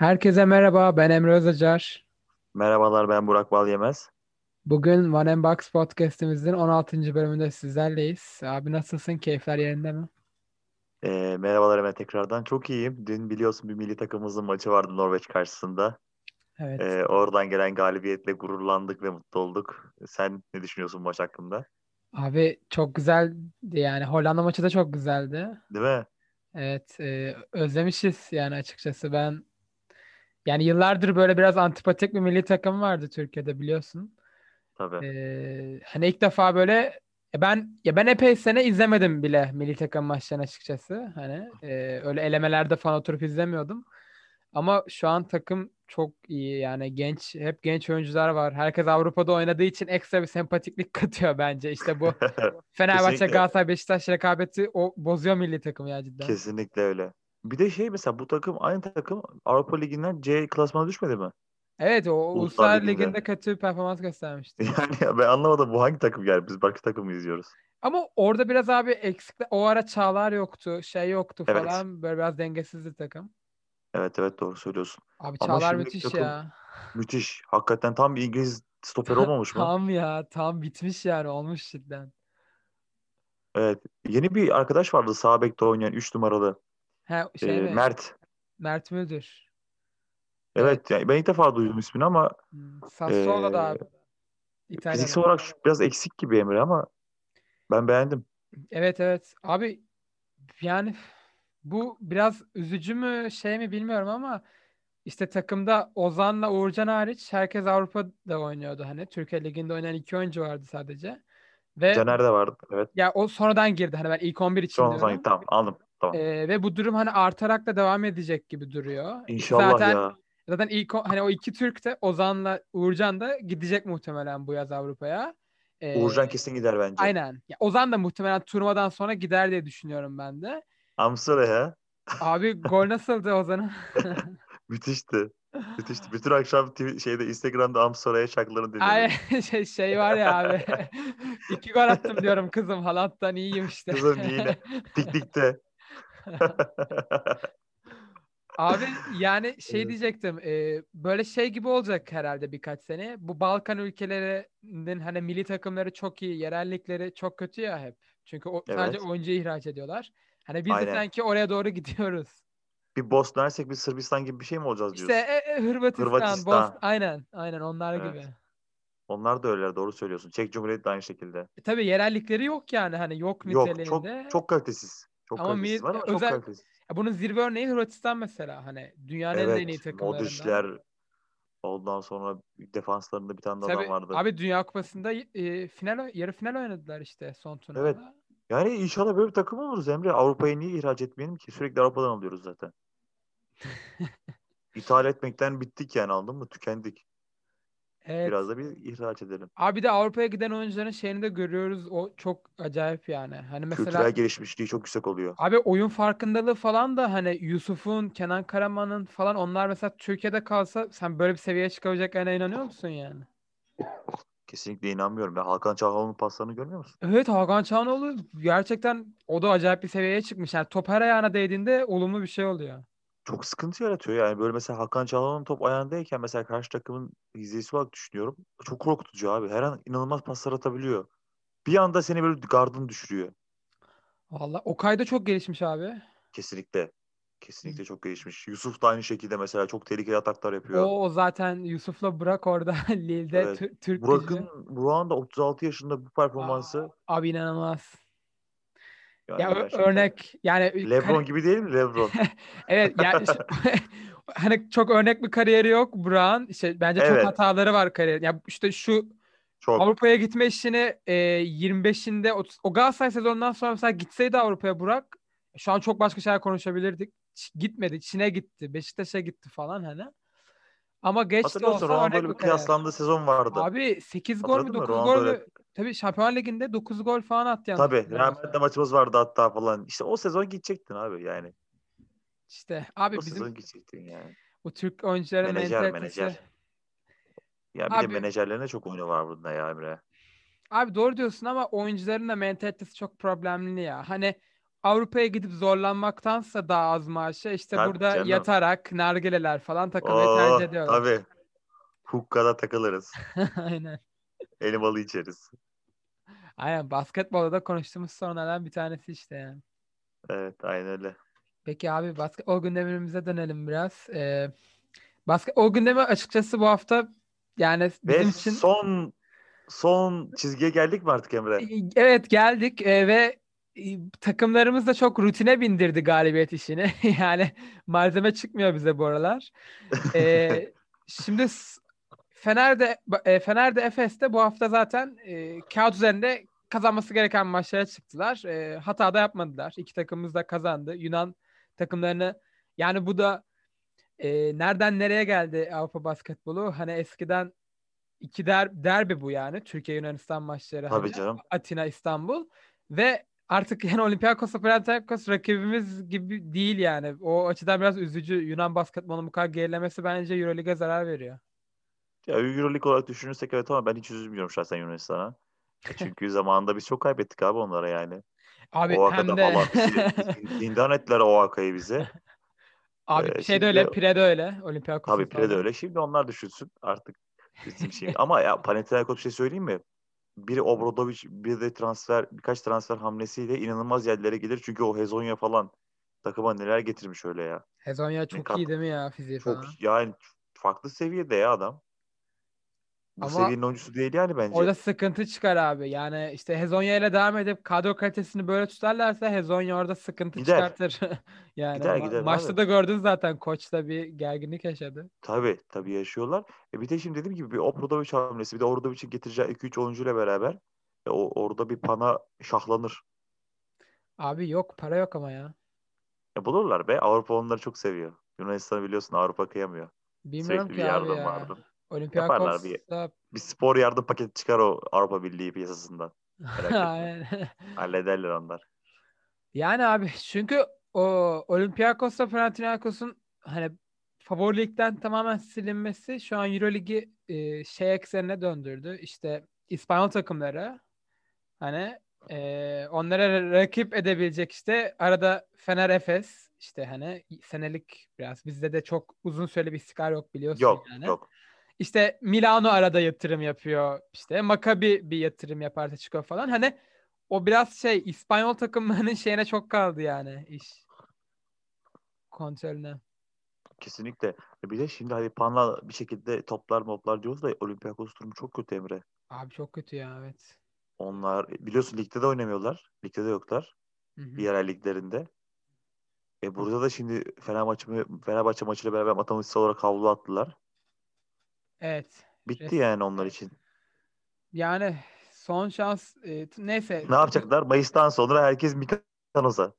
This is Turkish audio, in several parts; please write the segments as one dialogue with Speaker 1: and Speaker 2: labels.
Speaker 1: Herkese merhaba, ben Emre Özacar.
Speaker 2: Merhabalar, ben Burak Balyemez.
Speaker 1: Bugün One and Box podcast'imizin 16. bölümünde sizlerleyiz. Abi nasılsın? Keyifler yerinde mi?
Speaker 2: Merhabalar hemen tekrardan. Çok iyiyim. Dün biliyorsun bir milli takımımızın maçı vardı Norveç karşısında.
Speaker 1: Evet.
Speaker 2: Oradan gelen galibiyetle gururlandık ve mutlu olduk. Sen ne düşünüyorsun maç hakkında?
Speaker 1: Abi çok güzeldi yani. Hollanda maçı da çok güzeldi.
Speaker 2: Değil mi?
Speaker 1: Evet, özlemişiz yani açıkçası. Yani yıllardır böyle biraz antipatik bir milli takım vardı Türkiye'de biliyorsun.
Speaker 2: Tabii.
Speaker 1: Hani ilk defa böyle ben epey sene izlemedim bile milli takım maçlarını açıkçası. Hani öyle elemelerde falan oturup izlemiyordum. Ama şu an takım çok iyi yani hep genç oyuncular var. Herkes Avrupa'da oynadığı için ekstra bir sempatiklik katıyor bence. İşte bu Fenerbahçe,
Speaker 2: Kesinlikle.
Speaker 1: Galatasaray, Beşiktaş rekabeti o bozuyor milli takımı ya cidden.
Speaker 2: Kesinlikle öyle. Bir de şey mesela bu takım aynı takım Avrupa Ligi'nden C klasmana düşmedi mi?
Speaker 1: Evet, o
Speaker 2: Uluslar
Speaker 1: Uluslar
Speaker 2: Ligi'nde.
Speaker 1: Ligi'nde kötü performans göstermişti.
Speaker 2: Yani ben anlamadım bu hangi takım yani biz başka takım izliyoruz.
Speaker 1: Ama orada biraz abi eksikler. O ara Çağlar yoktu, şey yoktu
Speaker 2: Evet.
Speaker 1: falan. Böyle biraz dengesizdi takım.
Speaker 2: Evet, evet, doğru söylüyorsun.
Speaker 1: Abi
Speaker 2: Ama
Speaker 1: Çağlar
Speaker 2: şimdiki
Speaker 1: müthiş
Speaker 2: takım
Speaker 1: ya.
Speaker 2: müthiş. Hakikaten tam bir İngiliz stoper olmamış mı?
Speaker 1: Tam ya, tam bitmiş yani olmuş cidden.
Speaker 2: Evet. Yeni bir arkadaş vardı sağ bekte oynayan 3 numaralı.
Speaker 1: Ha şey mi?
Speaker 2: Mert.
Speaker 1: Mert Müldür.
Speaker 2: Evet.
Speaker 1: Evet.
Speaker 2: Yani ben ilk defa duydum ismini ama
Speaker 1: Sassuolo'da
Speaker 2: e,
Speaker 1: abi.
Speaker 2: fiziksel
Speaker 1: İtalya'da.
Speaker 2: olarak biraz eksik gibi Emre ama ben beğendim.
Speaker 1: Evet, evet. Abi yani bu biraz üzücü mü şey mi bilmiyorum ama işte takımda Ozan'la Uğurcan hariç herkes Avrupa'da oynuyordu hani. Türkiye Ligi'nde oynayan iki oyuncu vardı sadece. Ve
Speaker 2: Caner de vardı. Evet.
Speaker 1: ya o sonradan girdi hani ben ilk 11 için
Speaker 2: Sonra
Speaker 1: diyorum.
Speaker 2: tamam aldım. Tamam.
Speaker 1: Ve bu durum hani artarak da devam edecek gibi duruyor. Ki
Speaker 2: İnşallah
Speaker 1: zaten
Speaker 2: ya.
Speaker 1: hani o iki Türk de Ozan'la Uğurcan da gidecek muhtemelen bu yaz Avrupa'ya. Ee,
Speaker 2: Uğurcan kesin gider bence.
Speaker 1: aynen. Ya Ozan da muhtemelen turnuvadan sonra gider diye düşünüyorum ben de.
Speaker 2: Amsara ya.
Speaker 1: Abi gol nasıldı Ozan'ın?
Speaker 2: Müthişti. Müthişti. Bütün akşam şeyde Instagram'da Amsara'ya şarkılarını
Speaker 1: Ay
Speaker 2: dinledim.
Speaker 1: şey var ya abi. İki gol attım diyorum kızım. Halattan iyiyim işte.
Speaker 2: Kızın yine piknikte.
Speaker 1: Abi yani şey diyecektim. Böyle şey gibi olacak herhalde birkaç sene. Bu Balkan ülkelerinin hani milli takımları çok iyi, yerellikleri çok kötü ya hep. Çünkü sadece
Speaker 2: Evet.
Speaker 1: oyuncu ihraç ediyorlar. Hani biz de
Speaker 2: Aynen.
Speaker 1: sanki oraya doğru gidiyoruz.
Speaker 2: Bir Bosna Hersek bir Sırbistan gibi bir şey mi olacağız
Speaker 1: İşte
Speaker 2: diyorsun?
Speaker 1: Hırvatistan,
Speaker 2: Hırvatistan.
Speaker 1: Aynen, aynen onlar gibi.
Speaker 2: Evet. Onlar da öyle doğru söylüyorsun. Çek Cumhuriyeti de aynı şekilde.
Speaker 1: Tabii yerellikleri yok yani hani yok
Speaker 2: Yok çok
Speaker 1: niteliğinde.
Speaker 2: çok kalitesiz. Çok
Speaker 1: Ama
Speaker 2: kalitesiz var ama çok
Speaker 1: özel
Speaker 2: kalitesiz.
Speaker 1: bunun zirve örneği Hırvatistan mesela hani dünyanın en iyi
Speaker 2: Evet.
Speaker 1: takımlarından.
Speaker 2: Modric'ler ondan sonra defanslarında bir tane de adam
Speaker 1: Tabii
Speaker 2: vardı.
Speaker 1: abi Dünya Kupası'nda yarı final oynadılar işte son
Speaker 2: Evet.
Speaker 1: turnuvada.
Speaker 2: Yani inşallah böyle bir takım oluruz Emre. Avrupa'ya niye ihraç etmeyelim ki? Sürekli Avrupa'dan alıyoruz zaten. İthal etmekten bittik yani anladın mı? Tükendik. Biraz
Speaker 1: Evet.
Speaker 2: da bir ihraç edelim.
Speaker 1: Abi de Avrupa'ya giden oyuncuların şeyini de görüyoruz. O çok acayip yani. Hani mesela
Speaker 2: Kültürel gelişmişliği çok yüksek oluyor.
Speaker 1: abi oyun farkındalığı falan da hani Yusuf'un, Kenan Karaman'ın falan onlar mesela Türkiye'de kalsa sen böyle bir seviyeye çıkabileceklerine inanıyor musun yani?
Speaker 2: Kesinlikle inanmıyorum. Ya Hakan Çalhanoğlu'nun paslarını görmüyor musun?
Speaker 1: Evet, Hakan Çağanoğlu gerçekten o da acayip bir seviyeye çıkmış. Yani top her ayağına değdiğinde olumlu bir şey oluyor.
Speaker 2: Çok sıkıntı yaratıyor yani. Böyle mesela Hakan Çalhanoğlu'nun top ayağındayken mesela karşı takımın izleyicisi olarak düşünüyorum. Çok korkutucu abi. Her an inanılmaz paslar atabiliyor. Bir anda seni böyle gardını düşürüyor.
Speaker 1: Valla Okay da çok gelişmiş abi.
Speaker 2: Kesinlikle. Kesinlikle çok gelişmiş. Yusuf da aynı şekilde mesela çok tehlikeli ataklar yapıyor.
Speaker 1: O zaten Yusuf'la Burak orada Lille'de
Speaker 2: Evet.
Speaker 1: Türk gücü.
Speaker 2: Burak'ın da 36 yaşında bu performansı
Speaker 1: Abi inanılmaz. Ya
Speaker 2: yani gerçekten.
Speaker 1: örnek yani
Speaker 2: LeBron gibi değil mi LeBron?
Speaker 1: evet ya hani çok örnek bir kariyeri yok Burak'ın. İşte bence çok
Speaker 2: Evet.
Speaker 1: hataları var kariyer. Ya işte şu
Speaker 2: Çok.
Speaker 1: Avrupa'ya gitme işini 25'inde o Galatasaray sezonundan sonra mesela gitseydi Avrupa'ya Burak şu an çok başka şeyler konuşabilirdik. Gitmedi. Çin'e gitti. Beşiktaş'a gitti falan hani. Ama geç de
Speaker 2: Hatırlıyorsun
Speaker 1: olsa
Speaker 2: Ronaldo
Speaker 1: örnek
Speaker 2: ile
Speaker 1: bir
Speaker 2: bir
Speaker 1: kariyer.
Speaker 2: kıyaslandığı sezon vardı.
Speaker 1: Abi 8 gol mü
Speaker 2: Hatırladın mı?
Speaker 1: 9
Speaker 2: Ronaldo
Speaker 1: gol
Speaker 2: ile.
Speaker 1: mü? Tabii Şampiyonlar Ligi'nde 9 gol falan attı yanlış
Speaker 2: Tabii. Real
Speaker 1: hatırlamıyorsam.
Speaker 2: Madrid'le maçımız vardı hatta falan. İşte o sezon gidecektin abi yani.
Speaker 1: İşte
Speaker 2: O
Speaker 1: abi bizim
Speaker 2: sezon gidecektin yani.
Speaker 1: bu Türk oyuncuların mentalitesi.
Speaker 2: Menajer. Ya bir de
Speaker 1: Abi
Speaker 2: menajerlerine çok oyunu var bunda ya Emre.
Speaker 1: Abi doğru diyorsun ama oyuncuların da mentalitesi çok problemli ya. Hani Avrupa'ya gidip zorlanmaktansa daha az maaşa işte
Speaker 2: Tabii
Speaker 1: burada
Speaker 2: canım.
Speaker 1: yatarak nargileler falan takılmayı tercih
Speaker 2: Oh
Speaker 1: ediyorlar.
Speaker 2: tabii. Hukkada takılırız.
Speaker 1: Aynen.
Speaker 2: Elmalı içeriz.
Speaker 1: Aynen basketbolda da konuştuğumuz sorunlardan bir tanesi işte yani.
Speaker 2: Evet aynen öyle.
Speaker 1: Peki abi basketbol gündemimize dönelim biraz. Basketbol gündemi açıkçası bu hafta yani
Speaker 2: Ve
Speaker 1: bizim için
Speaker 2: son çizgiye geldik mi artık Emre?
Speaker 1: evet geldik ve takımlarımız da çok rutine bindirdi galibiyet işini. Yani malzeme çıkmıyor bize bu aralar. E, şimdi Fener'de Efes'te bu hafta zaten kağıt üzerinde kazanması gereken maçlara çıktılar. Hata da yapmadılar. İki takımımız da kazandı. Yunan takımlarını yani bu da nereden nereye geldi Avrupa basketbolu? Hani eskiden iki derbi bu yani. Türkiye Yunanistan maçları hani
Speaker 2: Tabii canım.
Speaker 1: Atina İstanbul ve artık yani Olympiakos'la Panathinaikos rakibimiz gibi değil yani. O açıdan biraz üzücü. Yunan basketbolunun bu kadar gerilemesi bence EuroLeague'e zarar veriyor.
Speaker 2: Ya Euroleague olarak düşünürsek evet ama ben hiç üzülmüyorum şahsen Yunanistan'a. Çünkü zamanında biz çok kaybettik abi onlara yani.
Speaker 1: Abi
Speaker 2: O
Speaker 1: hem
Speaker 2: Aka'da
Speaker 1: de
Speaker 2: falan bizi zindan ettiler o Aka'yı bize.
Speaker 1: abi şey de
Speaker 2: Şimdi
Speaker 1: öyle, Pire de öyle. Olympiakos'un
Speaker 2: tabii Pire de
Speaker 1: saldı.
Speaker 2: öyle. Şimdi onlar düşünsün artık bizim şey. Ama ya Panathinaikos bir şey söyleyeyim mi? Biri Obradovic, bir de birkaç transfer hamlesiyle inanılmaz yerlere gelir. Çünkü o Hezonya falan takıma neler getirmiş öyle ya.
Speaker 1: Hezonya
Speaker 2: Ne
Speaker 1: çok iyi
Speaker 2: kat
Speaker 1: değil mi ya fiziği falan.
Speaker 2: çok yani farklı seviyede ya adam. Bu
Speaker 1: Ama
Speaker 2: seviyenin oyuncusu değil yani
Speaker 1: orada
Speaker 2: bence.
Speaker 1: sıkıntı çıkar abi. Yani işte Hezonya ile devam edip kadro kalitesini böyle tutarlarsa Hezonya orada sıkıntı
Speaker 2: Gider.
Speaker 1: çıkartır. Yani
Speaker 2: Gider
Speaker 1: maçta
Speaker 2: abi.
Speaker 1: da gördün zaten koçla bir gerginlik yaşadı.
Speaker 2: Tabii yaşıyorlar. Bir de şimdi dediğim gibi bir Obradovic hamlesi, bir de Obradovic'in getireceği 2-3 oyuncuyla beraber orada bir pana şahlanır.
Speaker 1: Abi yok para yok ama ya.
Speaker 2: Bulurlar be. Avrupa onları çok seviyor. Yunanistan'ı biliyorsun Avrupa kıyamıyor.
Speaker 1: Bilmiyorum
Speaker 2: Sürekli bir
Speaker 1: ki abi
Speaker 2: yardım
Speaker 1: ya.
Speaker 2: vardı. Yaparlar
Speaker 1: Olympiakos'ta
Speaker 2: bir spor yardım paketi çıkar o Avrupa Birliği piyasasından. Merak etme.
Speaker 1: Aynen.
Speaker 2: Hallederler onlar.
Speaker 1: Yani abi çünkü o Olympiakos'la Panathinaikos'un hani favorilikten tamamen silinmesi şu an Euroligi şey eksenine döndürdü. İşte İspanyol takımları hani onlara rakip edebilecek işte arada Fener Efes işte hani senelik biraz bizde de çok uzun süreli bir istikrar yok biliyorsun
Speaker 2: Yok
Speaker 1: yani.
Speaker 2: yok.
Speaker 1: İşte Milano arada yatırım yapıyor. İşte Maccabi bir yatırım yaparsa çıkıyor falan. Hani o biraz şey İspanyol takımlarının şeyine çok kaldı yani iş kontrolüne.
Speaker 2: Kesinlikle. Bir de şimdi hadi Panla bir şekilde toplar diyoruz da Olympiakos durumu çok kötü Emre.
Speaker 1: Abi çok kötü ya evet.
Speaker 2: Onlar biliyorsun ligde de oynamıyorlar. Ligde de yoklar.
Speaker 1: Hı hı.
Speaker 2: Yerel liglerinde. Burada da şimdi Fenerbahçe maçıyla beraber matematiksel olarak havlu attılar.
Speaker 1: Evet.
Speaker 2: Bitti
Speaker 1: Res
Speaker 2: yani onlar için.
Speaker 1: yani son şans neyse.
Speaker 2: Ne yapacaklar? Mayıs'tan sonra herkes Mikonos'a.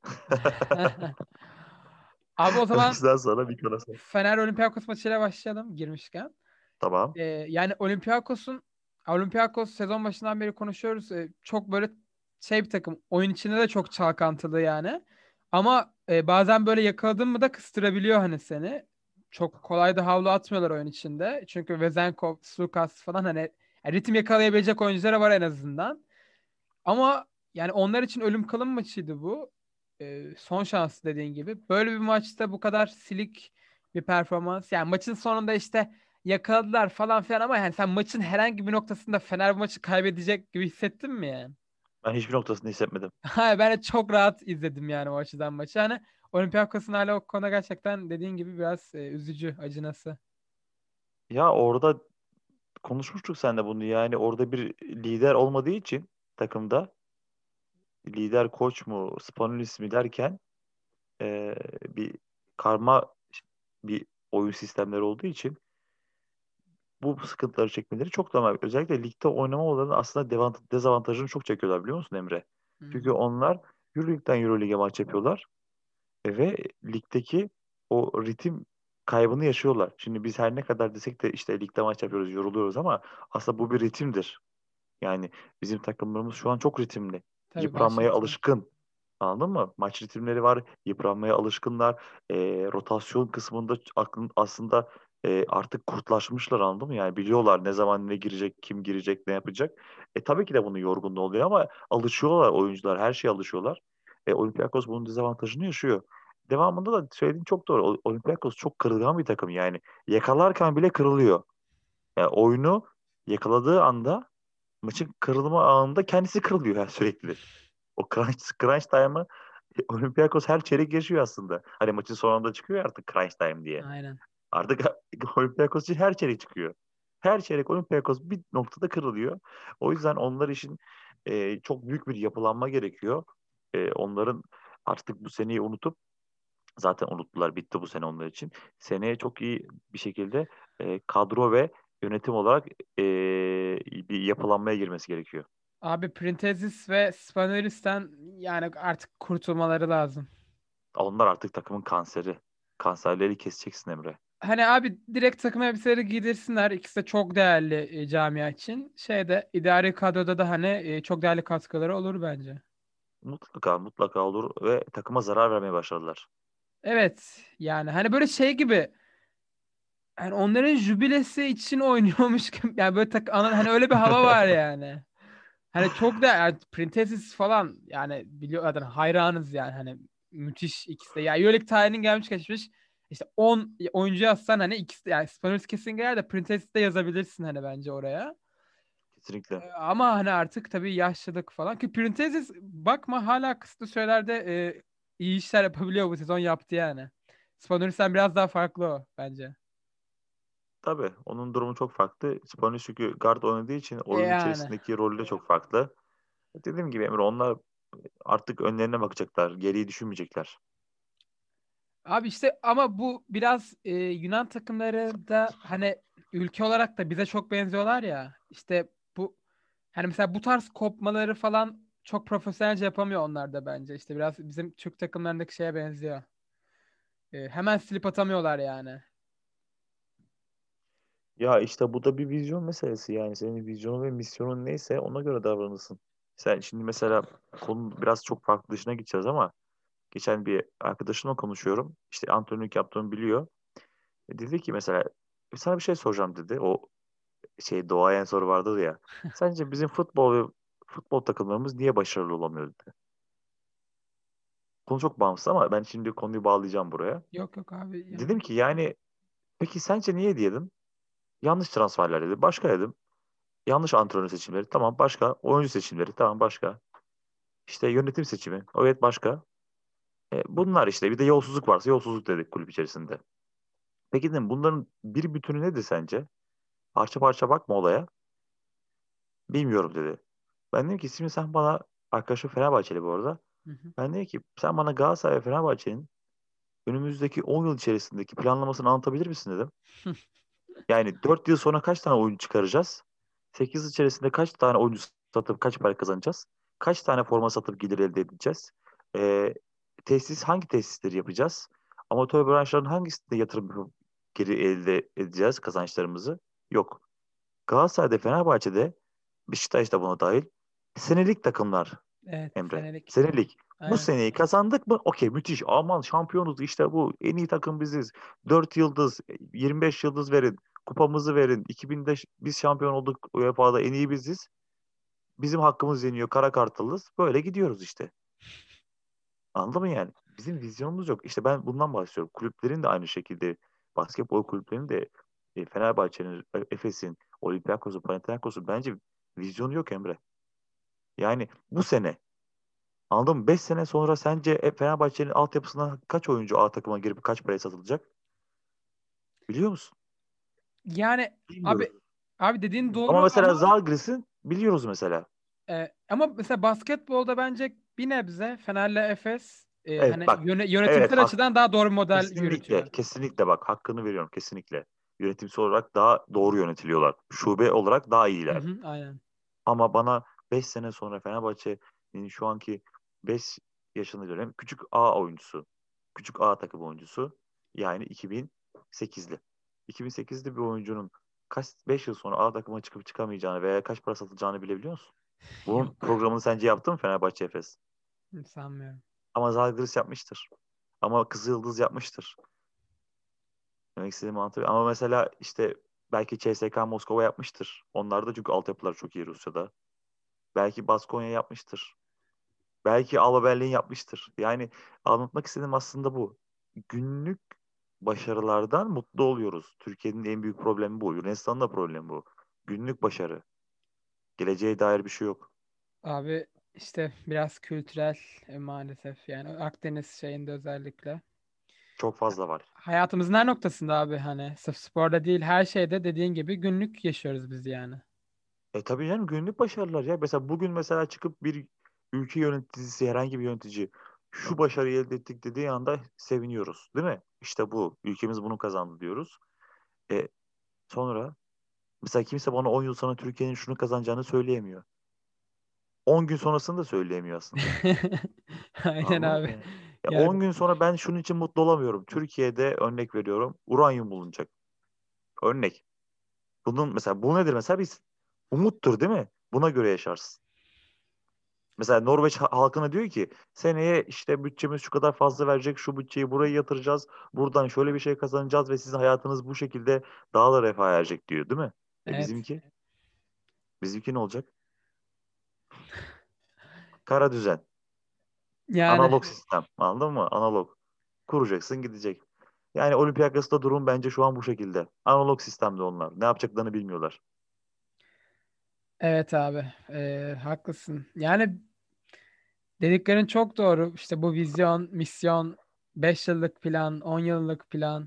Speaker 1: Abi o zaman
Speaker 2: Mayıs'tan sonra Mikonos'a.
Speaker 1: Fener Olympiakos maçıyla başlayalım girmişken.
Speaker 2: Tamam.
Speaker 1: Yani Olympiakos sezon başından beri konuşuyoruz. Çok böyle şey bir takım. Oyun içinde de çok çalkantılı yani. Ama bazen böyle yakaladın mı da kıstırabiliyor hani seni. Çok kolay da havlu atmıyorlar oyun içinde. Çünkü Vezenkov, Sulukas falan hani ritim yakalayabilecek oyuncuları var en azından. Ama yani onlar için ölüm kalım maçıydı bu. Son şansı dediğin gibi. Böyle bir maçta bu kadar silik bir performans. Yani maçın sonunda işte yakaladılar falan filan ama yani sen maçın herhangi bir noktasında Fener bu maçı kaybedecek gibi hissettin mi yani?
Speaker 2: Ben hiçbir noktasını hissetmedim.
Speaker 1: Hayır ben de çok rahat izledim yani o açıdan maçı. Hani Olympiakos'un hala o konuda gerçekten dediğin gibi biraz üzücü, acınası.
Speaker 2: Ya orada konuşmuştuk seninle bunu yani orada bir lider olmadığı için takımda lider koç mu Spanulis mi derken e, bir karma bir oyun sistemleri olduğu için bu sıkıntıları çekmeleri çok normal. Özellikle ligde oynama olanların aslında dezavantajını çok çekiyorlar biliyor musun Emre?
Speaker 1: Hı
Speaker 2: Çünkü
Speaker 1: hı.
Speaker 2: onlar Euroleague'den Euroleague'e maç yapıyorlar ve ligdeki o ritim kaybını yaşıyorlar. Şimdi biz her ne kadar desek de işte ligde maç yapıyoruz, yoruluyoruz ama aslında bu bir ritimdir. Yani bizim takımlarımız şu an çok ritimli.
Speaker 1: Tabii maç
Speaker 2: Yıpranmaya
Speaker 1: ritmi.
Speaker 2: alışkın. Anladın mı? Maç ritimleri var. Yıpranmaya alışkınlar. Rotasyon kısmında aslında artık kurtlaşmışlar anladın mı? Yani biliyorlar ne zaman ne girecek, kim girecek, ne yapacak. Tabii ki de bunun yorgunluğu oluyor ama alışıyorlar oyuncular. Her şeye alışıyorlar. Olympiakos bunun dezavantajını yaşıyor. Devamında da söylediğin çok doğru. Olympiakos çok kırılgan bir takım yani. Yakalarken bile kırılıyor. Yani oyunu yakaladığı anda maçın kırılma anında kendisi kırılıyor yani sürekli. O crunch time'ı Olympiakos her çeyrek yaşıyor aslında. Hani maçın sonunda çıkıyor ya artık crunch time diye.
Speaker 1: Aynen.
Speaker 2: Artık Olympiakos için her çeyrek çıkıyor. Her çeyrek Olympiakos bir noktada kırılıyor. O yüzden onlar için çok büyük bir yapılanma gerekiyor. Onların artık bu seneyi unutup zaten unuttular, bitti bu sene onlar için. Seneye çok iyi bir şekilde kadro ve yönetim olarak e, bir yapılanmaya girmesi gerekiyor.
Speaker 1: Abi Printezis ve Spanuelis'ten yani artık kurtulmaları lazım.
Speaker 2: Onlar artık takımın kanseri. Kanserleri keseceksin Emre.
Speaker 1: Hani abi direkt takım elbiseleri giydirsinler. İkisi de çok değerli camia için. Şeyde idari kadroda da hani çok değerli katkıları olur bence.
Speaker 2: Mutlaka mutlaka olur ve takıma zarar vermeye başladılar.
Speaker 1: Evet yani hani böyle şey gibi yani onların jübilesi için oynuyormuş gibi yani böyle hani öyle bir hava var yani. Hani çok da yani Printezis falan yani biliyor zaten hayranız yani hani müthiş ikisi de. Ya Euroleague tarihinin gelmiş geçmiş işte 10 oyuncu yazsan hani ikisi de, yani Spanulis kesin gelir de Printezis de yazabilirsin hani bence oraya.
Speaker 2: Kesinlikle.
Speaker 1: Ama hani artık tabii yaşlılık falan. Ki Printezis bakma hala kısıtlı sürelerde iyi işler yapabiliyor bu sezon yaptı yani. Spanulis'ten biraz daha farklı o bence.
Speaker 2: Tabii onun durumu çok farklı. Spanish çünkü guard oynadığı için oyun
Speaker 1: Yani.
Speaker 2: içerisindeki rolü de çok farklı. Dediğim gibi Emre onlar artık önlerine bakacaklar. Geriyi düşünmeyecekler.
Speaker 1: Abi işte ama bu biraz Yunan takımları da hani ülke olarak da bize çok benziyorlar ya. İşte bu hani mesela bu tarz kopmaları falan çok profesyonelce yapamıyor onlar da bence. İşte biraz bizim Türk takımlarındaki şeye benziyor. Hemen slip atamıyorlar yani.
Speaker 2: Ya işte bu da bir vizyon meselesi yani. Senin vizyonun ve misyonun neyse ona göre davranırsın. Sen şimdi mesela konu biraz çok farklı dışına gideceğiz ama geçen bir arkadaşımla konuşuyorum. İşte antrenörlük yaptığımı biliyor. Dedi ki mesela sana bir şey soracağım dedi. O şey doğayan soru vardı ya. Sence bizim futbol takımlarımız niye başarılı olamıyor dedi. Konu çok bağımsız ama ben şimdi konuyu bağlayacağım buraya.
Speaker 1: Yok yok abi
Speaker 2: Dedim
Speaker 1: yani.
Speaker 2: ki yani peki sence niye diyelim? Yanlış transferler dedi. Başka dedim. Yanlış antrenör seçimleri. Tamam başka. Oyuncu seçimleri. Tamam başka. İşte yönetim seçimi. Evet başka. Bunlar işte bir de yolsuzluk varsa yolsuzluk dedik kulüp içerisinde. Peki dedim bunların bir bütünü nedir sence? Parça parça bakma olaya. Bilmiyorum dedi. Ben dedim ki şimdi sen bana arkadaşım Fenerbahçeli bu arada.
Speaker 1: Hı hı.
Speaker 2: Ben dedim ki sen bana Galatasaray ve Fenerbahçe'nin önümüzdeki 10 yıl içerisindeki planlamasını anlatabilir misin dedim. Yani 4 yıl sonra kaç tane oyuncu çıkaracağız? 8 yıl içerisinde kaç tane oyuncu satıp kaç para kazanacağız? Kaç tane forma satıp gelir elde edeceğiz? Hangi tesisleri yapacağız? Amatör branşların hangisinde yatırım yapıp geri elde edeceğiz kazançlarımızı? Yok. Galatasaray'da, Fenerbahçe'de, Beşiktaş'ta buna dahil senelik takımlar
Speaker 1: Evet
Speaker 2: Emre.
Speaker 1: senelik.
Speaker 2: Senelik. Bu
Speaker 1: Aynen.
Speaker 2: seneyi kazandık mı? Okey müthiş. Aman şampiyonuz işte bu. En iyi takım biziz. 4 yıldız, 25 yıldız verin. Kupamızı verin. 2000'de biz şampiyon olduk UEFA'da en iyi biziz. Bizim hakkımız yeniyor. Kara Kartalız. Böyle gidiyoruz işte. Anladın mı yani? Bizim vizyonumuz yok. İşte ben bundan bahsediyorum. Kulüplerin de aynı şekilde basketbol kulüplerinin de Fenerbahçe'nin, Efes'in, Olympiakos'un, Panathinaikos'un bence vizyonu yok Emre. Yani bu sene anladın mı? 5 sene sonra sence Fenerbahçe'nin altyapısına kaç oyuncu A takıma girip kaç paraya satılacak? Biliyor musun?
Speaker 1: Yani
Speaker 2: Bilmiyoruz.
Speaker 1: abi dediğin
Speaker 2: Ama
Speaker 1: doğru
Speaker 2: mesela
Speaker 1: ama
Speaker 2: Zalgiris'in biliyoruz mesela.
Speaker 1: ama mesela basketbolda bence bir nebze Fener'le Efes hani
Speaker 2: Evet bak. Evet
Speaker 1: yönetimsel açıdan daha doğru bir model
Speaker 2: kesinlikle
Speaker 1: yürütüyor.
Speaker 2: kesinlikle bak hakkını veriyorum kesinlikle. Yönetimsel olarak daha doğru yönetiliyorlar. Şube olarak daha
Speaker 1: Hı
Speaker 2: iyiler.
Speaker 1: hı, aynen.
Speaker 2: Ama bana 5 sene sonra Fenerbahçe'nin şu anki 5 yaşını göre küçük A oyuncusu, küçük A takım oyuncusu yani 2008'li. 2008'li bir oyuncunun kaç 5 yıl sonra A takıma çıkıp çıkamayacağını veya kaç para satılacağını bilebiliyor musun? Bunun
Speaker 1: Yok.
Speaker 2: programını sence yaptı mı Fenerbahçe Efes?
Speaker 1: Sanmıyorum.
Speaker 2: Ama Zalgiris yapmıştır. Ama Kızıldız yapmıştır. Demek istediğim mantığı. Ama mesela işte belki CSKA Moskova yapmıştır. Onlar da çünkü altyapılar çok iyi Rusya'da. Belki Baskonya yapmıştır. Belki Alba Berlin yapmıştır. Yani anlatmak istediğim aslında bu. Günlük başarılardan mutlu oluyoruz. Türkiye'nin en büyük problemi bu. Yunanistan'ın da problemi bu. Günlük başarı. Geleceğe dair bir şey yok.
Speaker 1: Abi işte biraz kültürel maalesef yani Akdeniz şeyinde özellikle.
Speaker 2: Çok fazla var.
Speaker 1: Hayatımızın her noktasında abi hani sırf sporda değil her şeyde dediğin gibi günlük yaşıyoruz biz yani.
Speaker 2: Tabii canım, günlük başarılar ya. Mesela bugün mesela çıkıp bir ülke yöneticisi, herhangi bir yönetici şu başarıyı elde ettik dediği anda seviniyoruz. Değil mi? İşte bu. Ülkemiz bunu kazandı diyoruz. E, sonra mesela kimse bana 10 yıl sonra Türkiye'nin şunu kazanacağını söyleyemiyor. 10 gün sonrasını da söyleyemiyor aslında.
Speaker 1: Aynen
Speaker 2: Anladın
Speaker 1: abi.
Speaker 2: mı? Ya
Speaker 1: Yani
Speaker 2: 10 gün sonra ben şunun için mutlu olamıyorum. Türkiye'de örnek veriyorum, uranyum bulunacak. Örnek. Bunun mesela bu nedir mesela? Biz umuttur değil mi? Buna göre yaşarsın. Mesela Norveç halkına diyor ki seneye işte bütçemiz şu kadar fazla verecek, şu bütçeyi buraya yatıracağız. Buradan şöyle bir şey kazanacağız ve sizin hayatınız bu şekilde daha da refah erecek diyor değil mi?
Speaker 1: evet.
Speaker 2: Bizimki ne olacak? Kara düzen.
Speaker 1: Yani
Speaker 2: Analog sistem. Anladın mı? Analog. Kuracaksın, gidecek. Yani Olympiakos'ta durum bence şu an bu şekilde. Analog sistemde onlar. Ne yapacaklarını bilmiyorlar.
Speaker 1: evet abi haklısın. Yani dediklerin çok doğru. İşte bu vizyon, misyon, 5 yıllık plan, 10 yıllık plan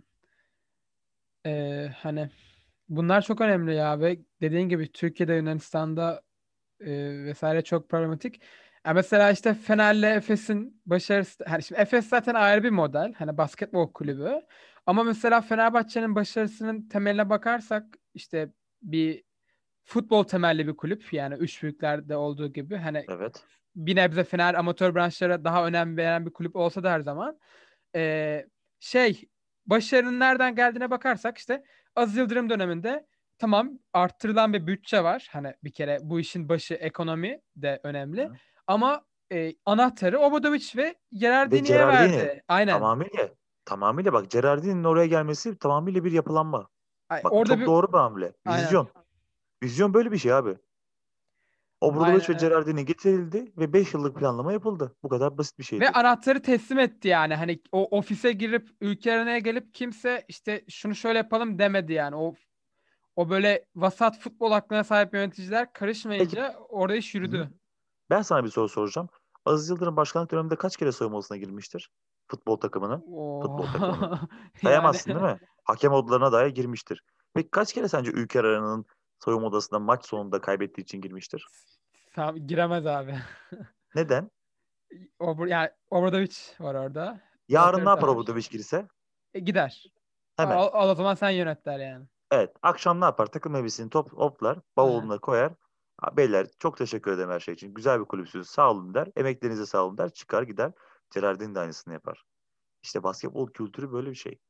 Speaker 1: hani bunlar çok önemli ya ve dediğin gibi Türkiye'de Yunanistan'da vesaire çok problematik. Ya mesela işte Fener'le Efes'in başarısı hani şimdi Efes zaten ayrı bir model hani basketbol kulübü ama mesela Fenerbahçe'nin başarısının temeline bakarsak işte bir futbol temelli bir kulüp yani üç büyüklerde olduğu gibi hani
Speaker 2: Evet.
Speaker 1: bir nebze Fener amatör branşlara daha önem veren bir kulüp olsa da her zaman ee, şey başarının nereden geldiğine bakarsak işte Aziz Yıldırım döneminde tamam arttırılan bir bütçe var. Hani bir kere bu işin başı ekonomi de önemli.
Speaker 2: Hı.
Speaker 1: Ama anahtarı Obradovic ve
Speaker 2: Ve
Speaker 1: Gerardini'ye
Speaker 2: Gerardini
Speaker 1: verdi. Aynen.
Speaker 2: tamamıyla tamamıyla bak, Gerardini'nin oraya gelmesi tamamıyla bir yapılanma. Bak,
Speaker 1: Orada
Speaker 2: çok
Speaker 1: bir
Speaker 2: doğru bir hamle.
Speaker 1: aynen.
Speaker 2: Vizyon. Vizyon böyle bir şey abi. Obradoviç
Speaker 1: Aynen
Speaker 2: ve
Speaker 1: öyle.
Speaker 2: Gerardini getirildi ve 5 yıllık planlama yapıldı. Bu kadar basit bir
Speaker 1: Ve
Speaker 2: şeydi.
Speaker 1: anahtarı teslim etti yani. Hani o ofise girip ülke arenaya gelip kimse işte şunu şöyle yapalım demedi yani. O böyle vasat futbol aklına sahip yöneticiler
Speaker 2: Peki,
Speaker 1: karışmayınca orada iş
Speaker 2: hı hı,
Speaker 1: yürüdü.
Speaker 2: ben sana bir soru soracağım. Aziz Yıldırım başkanlık döneminde kaç kere soyunma odasına girmiştir? Futbol takımının.
Speaker 1: Oo.
Speaker 2: Futbol takımının.
Speaker 1: Yani
Speaker 2: Sayamazsın değil mi? Hakem odalarına dahi girmiştir. Peki kaç kere sence Ülker Arena'nın soyunma odasına maç sonunda kaybettiği için girmiştir?
Speaker 1: giremez abi.
Speaker 2: Neden?
Speaker 1: Yani Obradovic var orada. Bir
Speaker 2: Yarın ne
Speaker 1: otorite
Speaker 2: yapar
Speaker 1: var.
Speaker 2: Obradoviç girse?
Speaker 1: Gider.
Speaker 2: Hemen.
Speaker 1: Al o zaman sen yönet der yani.
Speaker 2: Evet. Akşam ne yapar? Takım elbisesini toplar.
Speaker 1: Aynen.
Speaker 2: Bavuluna koyar. "Ha, beyler çok teşekkür ederim her şey için. Güzel bir kulüpsünüz. Sağ olun," der. "Emeklerinize sağ olun," der. Çıkar gider. Gerardin de aynısını yapar. İşte basketbol kültürü böyle bir şey.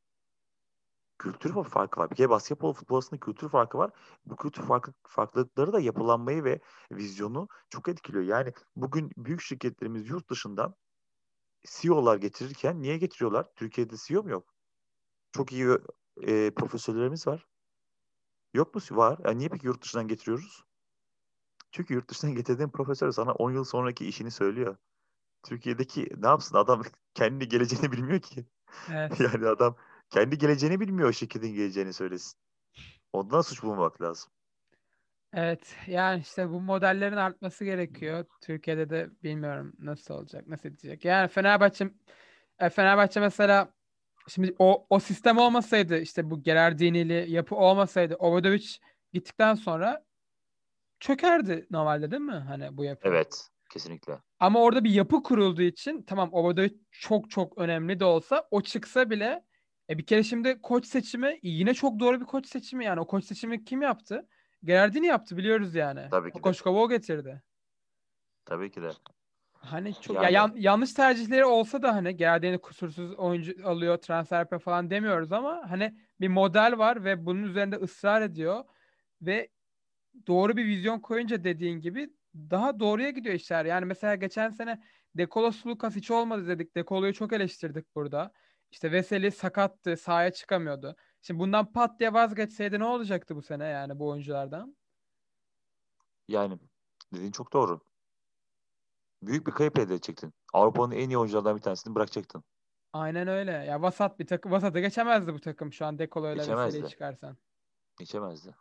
Speaker 2: Farkı var. Bir kere basketbol futbol arasında kültür farkı var. Bu farklılıkları da yapılanmayı ve vizyonu çok etkiliyor. Yani bugün büyük şirketlerimiz yurt dışından CEO'lar getirirken niye getiriyorlar? Türkiye'de CEO mu yok? Çok iyi profesörlerimiz var. Yok mu? Var. Yani niye peki yurt dışından getiriyoruz? Çünkü yurt dışından getirdiğin profesör sana 10 yıl sonraki işini söylüyor. Türkiye'deki ne yapsın adam, kendi geleceğini bilmiyor ki.
Speaker 1: Evet.
Speaker 2: Yani adam kendi geleceğini bilmiyor, o şirketin geleceğini söylesin. Ondan suç bulmak lazım.
Speaker 1: Evet. Yani işte bu modellerin artması gerekiyor. Türkiye'de de bilmiyorum nasıl olacak, nasıl edecek. Yani Fenerbahçe mesela şimdi o sistem olmasaydı işte bu Gerardini'li yapı olmasaydı Obradovic gittikten sonra çökerdi normalde değil mi? Hani bu yapı.
Speaker 2: Evet, kesinlikle.
Speaker 1: Ama orada bir yapı kurulduğu için tamam Obradovic çok çok önemli de olsa o çıksa bile bir kere şimdi koç seçimi yine çok doğru bir koç seçimi yani o koç seçimi kim yaptı? Gerardini yaptı biliyoruz yani.
Speaker 2: Tabii
Speaker 1: O
Speaker 2: ki de.
Speaker 1: Koşkova o getirdi.
Speaker 2: Tabii ki de.
Speaker 1: Hani çok ya
Speaker 2: Yani
Speaker 1: yanlış tercihleri olsa da hani Gerardini kusursuz oyuncu alıyor transfer yapıyor falan demiyoruz ama hani bir model var ve bunun üzerinde ısrar ediyor ve doğru bir vizyon koyunca dediğin gibi daha doğruya gidiyor işler. Yani mesela geçen sene Dekolos Lucas hiç olmadı dedik. Dekolo'yu çok eleştirdik burada. İşte Veseli sakattı, sahaya çıkamıyordu. Şimdi bundan pat diye vazgeçseydi ne olacaktı bu sene yani bu oyunculardan?
Speaker 2: yani dediğin çok doğru. büyük bir kayıp elde edecektin. Avrupa'nın en iyi oyuncularından bir tanesini bırakacaktın.
Speaker 1: Aynen öyle. Ya vasat bir takım. Vasata geçemezdi bu takım şu an Dekolo'yla Veseli'yi
Speaker 2: Geçemezdi.
Speaker 1: çıkarsan.
Speaker 2: Geçemezdi.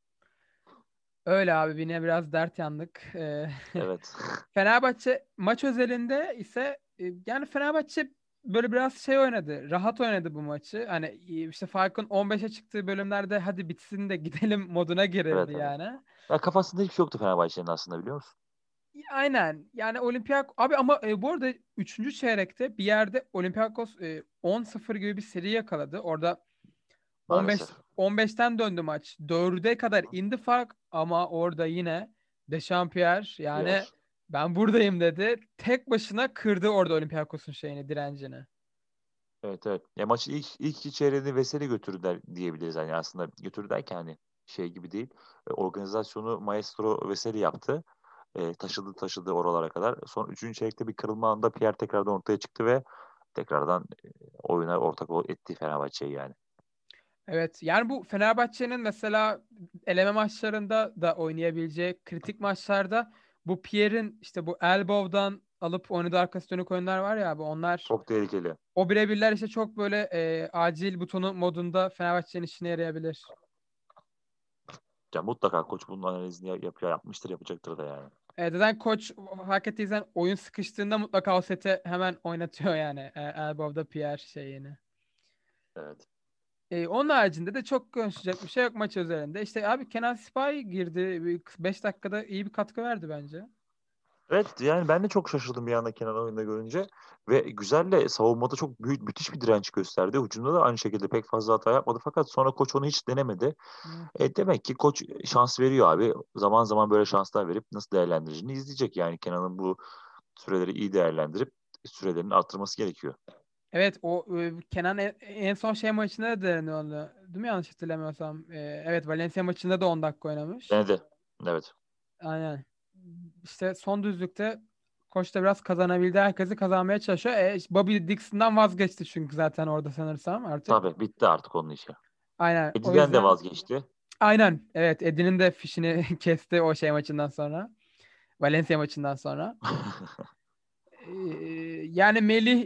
Speaker 1: Öyle abi yine biraz dert yandık.
Speaker 2: Evet.
Speaker 1: Fenerbahçe maç özelinde ise yani Fenerbahçe böyle biraz şey oynadı. Rahat oynadı bu maçı. Hani işte farkın 15'e çıktığı bölümlerde hadi bitsin de gidelim moduna girildi
Speaker 2: Evet, evet.
Speaker 1: yani.
Speaker 2: Ya kafasında hiçbir şey yoktu Fenerbahçe'nin aslında, biliyor musun?
Speaker 1: Aynen. Yani abi ama bu arada üçüncü çeyrekte bir yerde Olympiakos 10-0 gibi bir seri yakaladı. Orada 15
Speaker 2: Maalesef.
Speaker 1: 15'ten döndü maç. 4'e kadar indi fark ama orada yine Dechampierre yani
Speaker 2: Yer.
Speaker 1: ben buradayım dedi. Tek başına kırdı orada Olympiakos'un direncini.
Speaker 2: Evet, evet. Ya maçın ilk iki çeyreğini Veseli götürdü diyebiliriz. Hani aslında götürdü derken hani şey gibi değil. Organizasyonu Maestro Veseli yaptı. Taşıdı oralara kadar. Son üçüncü çeyrekte bir kırılma anında Pierre tekrardan ortaya çıktı ve tekrardan oyuna ortak etti Fenerbahçe'yi yani.
Speaker 1: Evet yani bu Fenerbahçe'nin mesela eleme maçlarında da oynayabileceği kritik maçlarda bu Pierre'in işte bu elbow'dan alıp oynadığı arkası dönük oyunlar var ya abi onlar
Speaker 2: Çok tehlikeli.
Speaker 1: o birebirler işte çok böyle acil butonu modunda Fenerbahçe'nin işine yarayabilir.
Speaker 2: Ya mutlaka koç bunun analizini yapmıştır, yapacaktır da yani.
Speaker 1: Zaten koç fark ettiysen oyun sıkıştığında mutlaka o seti hemen oynatıyor yani. Elbow'da Pierre şeyini.
Speaker 2: Evet.
Speaker 1: Onun haricinde de çok konuşacak bir şey yok maç üzerinde. İşte abi Kenan Sipahi girdi. 5 dakikada iyi bir katkı verdi bence.
Speaker 2: Evet, yani ben de çok şaşırdım bir anda Kenan oyunda görünce ve güzelle savunmada çok büyük, müthiş bir direnç gösterdi. Hücumda da aynı şekilde pek fazla hata yapmadı fakat sonra koç onu hiç denemedi.
Speaker 1: Evet.
Speaker 2: Demek ki koç şans veriyor abi. Zaman zaman böyle şanslar verip nasıl değerlendireceğini izleyecek. Yani Kenan'ın bu süreleri iyi değerlendirip sürelerini arttırması gerekiyor.
Speaker 1: Evet o Kenan en son maçında da denedi onu. Değil mi yanlış hatırlamıyorsam? Evet Valencia maçında da 10 dakika oynamış.
Speaker 2: Denedi. Evet.
Speaker 1: Aynen. İşte son düzlükte koç da biraz kazanabildi. Herkesi kazanmaya çalışıyor. Bobby Dixon'dan vazgeçti çünkü zaten orada sanırsam artık.
Speaker 2: Tabii bitti artık onun işi.
Speaker 1: Aynen. O
Speaker 2: Eddie'den de
Speaker 1: yüzden
Speaker 2: vazgeçti.
Speaker 1: aynen. Evet Eddie'nin de fişini kesti o maçından sonra. Valencia maçından sonra. Ee, yani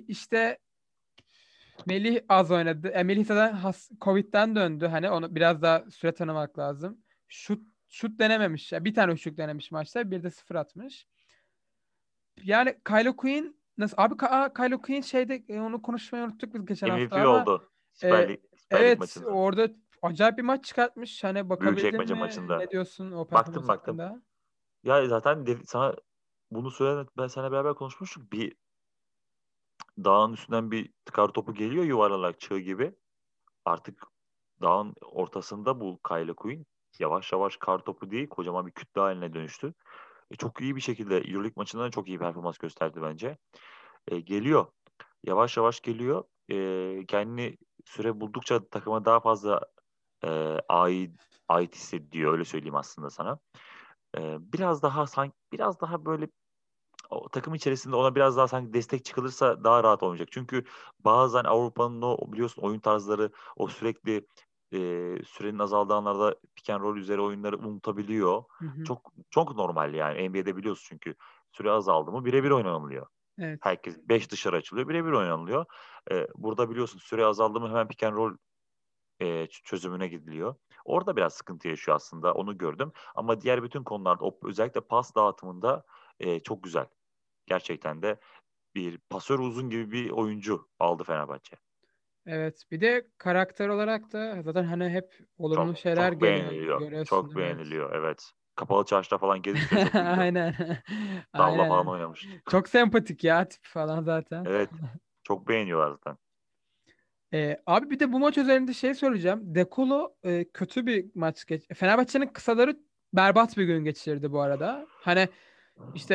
Speaker 1: Melih az oynadı. Melih zaten Covid'den döndü. Hani onu biraz daha süre tanımak lazım. Şut denememiş. Bir tane şut denemiş maçta. Bir de sıfır atmış. Yani Kylo Quinn nasıl abi Kylo Quinn onu konuşmayı unuttuk biz geçen hafta
Speaker 2: MVP
Speaker 1: ama
Speaker 2: oldu
Speaker 1: e,
Speaker 2: Süper Lig
Speaker 1: evet
Speaker 2: maçında.
Speaker 1: orada acayip bir maç çıkartmış. Hani bakabildin
Speaker 2: Büyükçekmece
Speaker 1: mi?
Speaker 2: maçında.
Speaker 1: Ne diyorsun o performans
Speaker 2: Baktım.
Speaker 1: hakkında?
Speaker 2: Ya zaten sana bunu söyleyen ben seninle beraber konuşmuştuk. Bir dağın üstünden bir kar topu geliyor yuvarlanarak çığ gibi. Artık dağın ortasında bu Kylo Quinn yavaş yavaş kar topu değil kocaman bir kütle haline dönüştü. Çok iyi bir şekilde Euroleague maçında da çok iyi performans gösterdi bence. Geliyor. Yavaş yavaş geliyor. Kendini süre buldukça takıma daha fazla e, ait hissediyor. Öyle söyleyeyim aslında sana. Biraz daha biraz daha böyle o takım içerisinde ona biraz daha sanki destek çıkılırsa daha rahat olacak. Çünkü bazen Avrupa'nın o biliyorsun oyun tarzları o sürekli sürenin azaldığı anlarda pick and roll üzeri oyunları unutabiliyor.
Speaker 1: Hı hı.
Speaker 2: Çok normal yani NBA'de biliyorsun çünkü süre azaldı mı birebir oynanılıyor.
Speaker 1: Evet.
Speaker 2: Herkes 5 dışarı açılıyor birebir oynanılıyor. Burada biliyorsun süre azaldı mı hemen pick and roll çözümüne gidiliyor. Orada biraz sıkıntı yaşıyor aslında onu gördüm. Ama diğer bütün konularda özellikle pas dağıtımında çok güzel. Gerçekten de bir pasör uzun gibi bir oyuncu aldı Fenerbahçe.
Speaker 1: Evet. Bir de karakter olarak da zaten hani hep olumlu şeyler
Speaker 2: Çok
Speaker 1: geliyor.
Speaker 2: beğeniliyor.
Speaker 1: Görüyorsun
Speaker 2: Çok
Speaker 1: evet.
Speaker 2: beğeniliyor evet. Kapalı çarşıda falan gezmiş ya çok ünlü.
Speaker 1: Aynen.
Speaker 2: Tavla falan
Speaker 1: Aynen.
Speaker 2: oynamış.
Speaker 1: Çok sempatik ya tip falan zaten.
Speaker 2: Evet. Çok beğeniyorlar zaten.
Speaker 1: Abi bir de bu maç üzerinde söyleyeceğim. Dekolo kötü bir maç Fenerbahçe'nin kısaları berbat bir gün geçirdi bu arada. Hani işte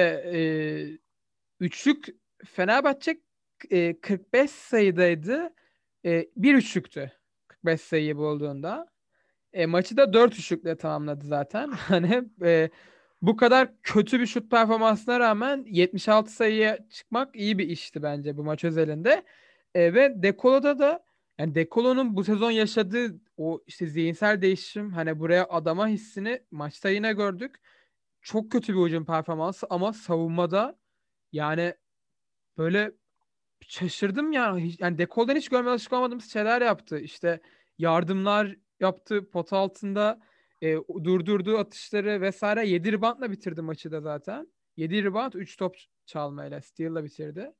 Speaker 1: üçlük Fenerbahçe 45 sayıdaydı. Bir üçlüktü 45 sayıyı bulduğunda. Maçı da 4 üçlükle tamamladı zaten. Hani bu kadar kötü bir şut performansına rağmen 76 sayıya çıkmak iyi bir işti bence bu maç özelinde. Ve Dekolo'da da yani Dekolo'nun bu sezon yaşadığı o işte zihinsel değişim hani buraya adama hissini maçta yine gördük. Çok kötü bir hücum performansı ama savunmada Yani böyle şaşırdım ya. Yani Dekol'dan hiç görmeye alışık olmadığımız şeyler yaptı. İşte yardımlar yaptı pot altında, durdurduğu atışları vesaire. 7 reboundla bitirdi maçı da zaten. 7 rebound, 3 top çalmayla, steal'la bitirdi.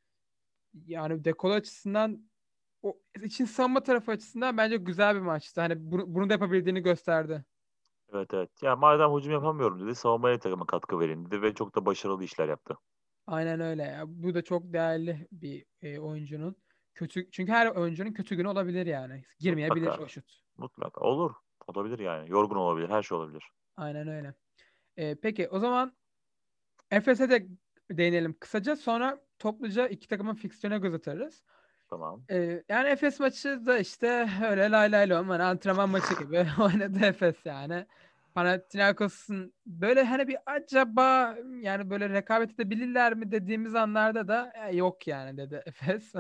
Speaker 1: Yani Dekol açısından, o için savunma tarafı açısından bence güzel bir maçtı. Hani bunu da yapabildiğini gösterdi.
Speaker 2: Evet, evet. Ya madem hücum yapamıyorum dedi, savunmaya takıma katkı vereyim dedi ve çok da başarılı işler yaptı.
Speaker 1: Aynen öyle ya. Bu da çok değerli bir oyuncunun. Çünkü her oyuncunun kötü günü olabilir yani. Girmeyebilir
Speaker 2: Mutlaka.
Speaker 1: o şut.
Speaker 2: Mutlaka. Olur. Olabilir yani. Yorgun olabilir. Her şey olabilir.
Speaker 1: Aynen öyle. Peki o zaman Efes'e de değinelim kısaca. Sonra topluca iki takımın fikstürüne göz atarız.
Speaker 2: Tamam.
Speaker 1: Yani Efes maçı da işte öyle lay lay lom, hani antrenman maçı gibi oynadı Efes yani. Panathinaikos'un böyle hani bir acaba yani böyle rekabet edebilirler mi dediğimiz anlarda da yok yani dedi Efes.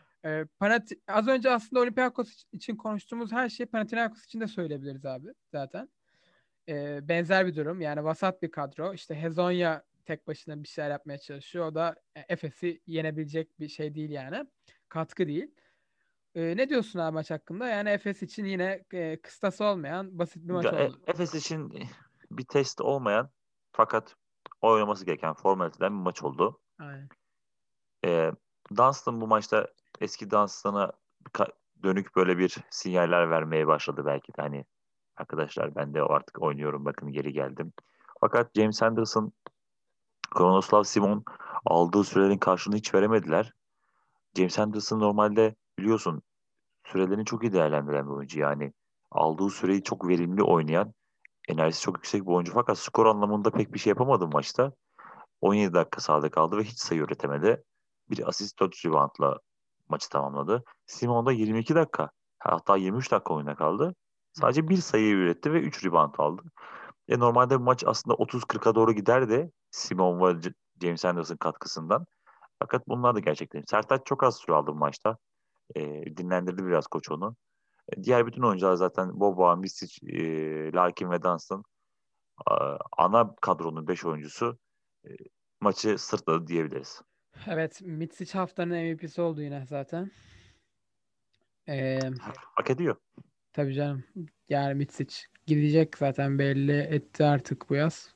Speaker 1: Az önce aslında Olympiakos için konuştuğumuz her şeyi Panathinaikos için de söyleyebiliriz abi zaten. Benzer bir durum. Yani vasat bir kadro. İşte Hezonya tek başına bir şeyler yapmaya çalışıyor. O da Efes'i yenebilecek bir şey değil yani. Katkı değil. Ne diyorsun abi maç hakkında? Yani Efes için yine kıstası olmayan basit bir maç
Speaker 2: Ya
Speaker 1: oldu.
Speaker 2: Efes için bir test olmayan fakat oynaması gereken formaliteden bir maç oldu.
Speaker 1: Aynen.
Speaker 2: E, Dunstan bu maçta eski Dunstan'a dönük böyle bir sinyaller vermeye başladı belki de, hani arkadaşlar ben de artık oynuyorum, bakın geri geldim. Fakat James Anderson, Kronoslav Simon aldığı sürelerin karşılığını hiç veremediler. James Anderson normalde biliyorsun sürelerini çok iyi değerlendiren bir oyuncu, yani aldığı süreyi çok verimli oynayan, enerjisi çok yüksek bir oyuncu, fakat skor anlamında pek bir şey yapamadı maçta. 17 dakika sahada kaldı ve hiç sayı üretemedi. Bir asist, 4 reboundla maçı tamamladı. Simon da 22 dakika, hatta 23 dakika oyuna kaldı.
Speaker 1: Hı hı.
Speaker 2: Sadece bir sayı üretti ve 3 rebound aldı. Normalde bu maç aslında 30-40'a doğru giderdi Simon ve James Anderson katkısından. Fakat bunlar da gerçekten. Sertaç çok az süre aldı bu maçta. Dinlendirdi biraz koç onu. Diğer bütün oyuncular zaten Boba, Misic, Larkin ve Dunstan, ana kadronun 5 oyuncusu e, maçı sırtladı diyebiliriz.
Speaker 1: Evet, Mitsic haftanın MVP'si oldu yine zaten. Ee,
Speaker 2: Hak ediyor.
Speaker 1: tabii canım. Yani Mitsic gidecek zaten, belli etti artık bu yaz.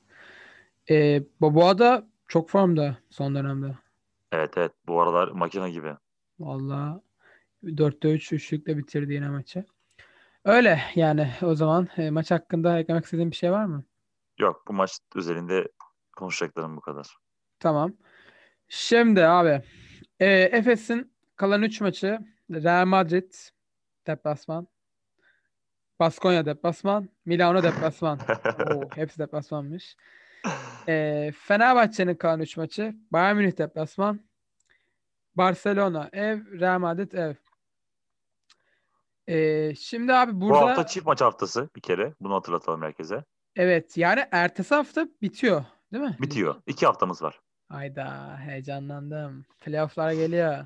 Speaker 1: Boboa da çok formda son dönemde.
Speaker 2: Evet, evet, bu aralar makine gibi.
Speaker 1: Vallahi 4'te 3 üçlükle bitirdi yine maçı. Öyle yani, o zaman maç hakkında eklemek istediğin bir şey var mı?
Speaker 2: Yok, bu maç üzerinde konuşacaklarım bu kadar.
Speaker 1: Tamam. Şimdi abi, Efes'in kalan 3 maçı: Real Madrid deplasman, Baskonya deplasman, Milano deplasman. Oo, hepsi deplasmanmış. Fenerbahçe'nin kalan 3 maçı: Bayern Münih deplasman, Barcelona ev, Real Madrid ev. Şimdi abi
Speaker 2: Bu hafta
Speaker 1: burada,
Speaker 2: çift maç haftası bir kere. Bunu hatırlatalım herkese.
Speaker 1: evet yani ertesi hafta bitiyor değil mi lig?
Speaker 2: Bitiyor. 2 haftamız var.
Speaker 1: Hayda, heyecanlandım. Playoff'lar geliyor.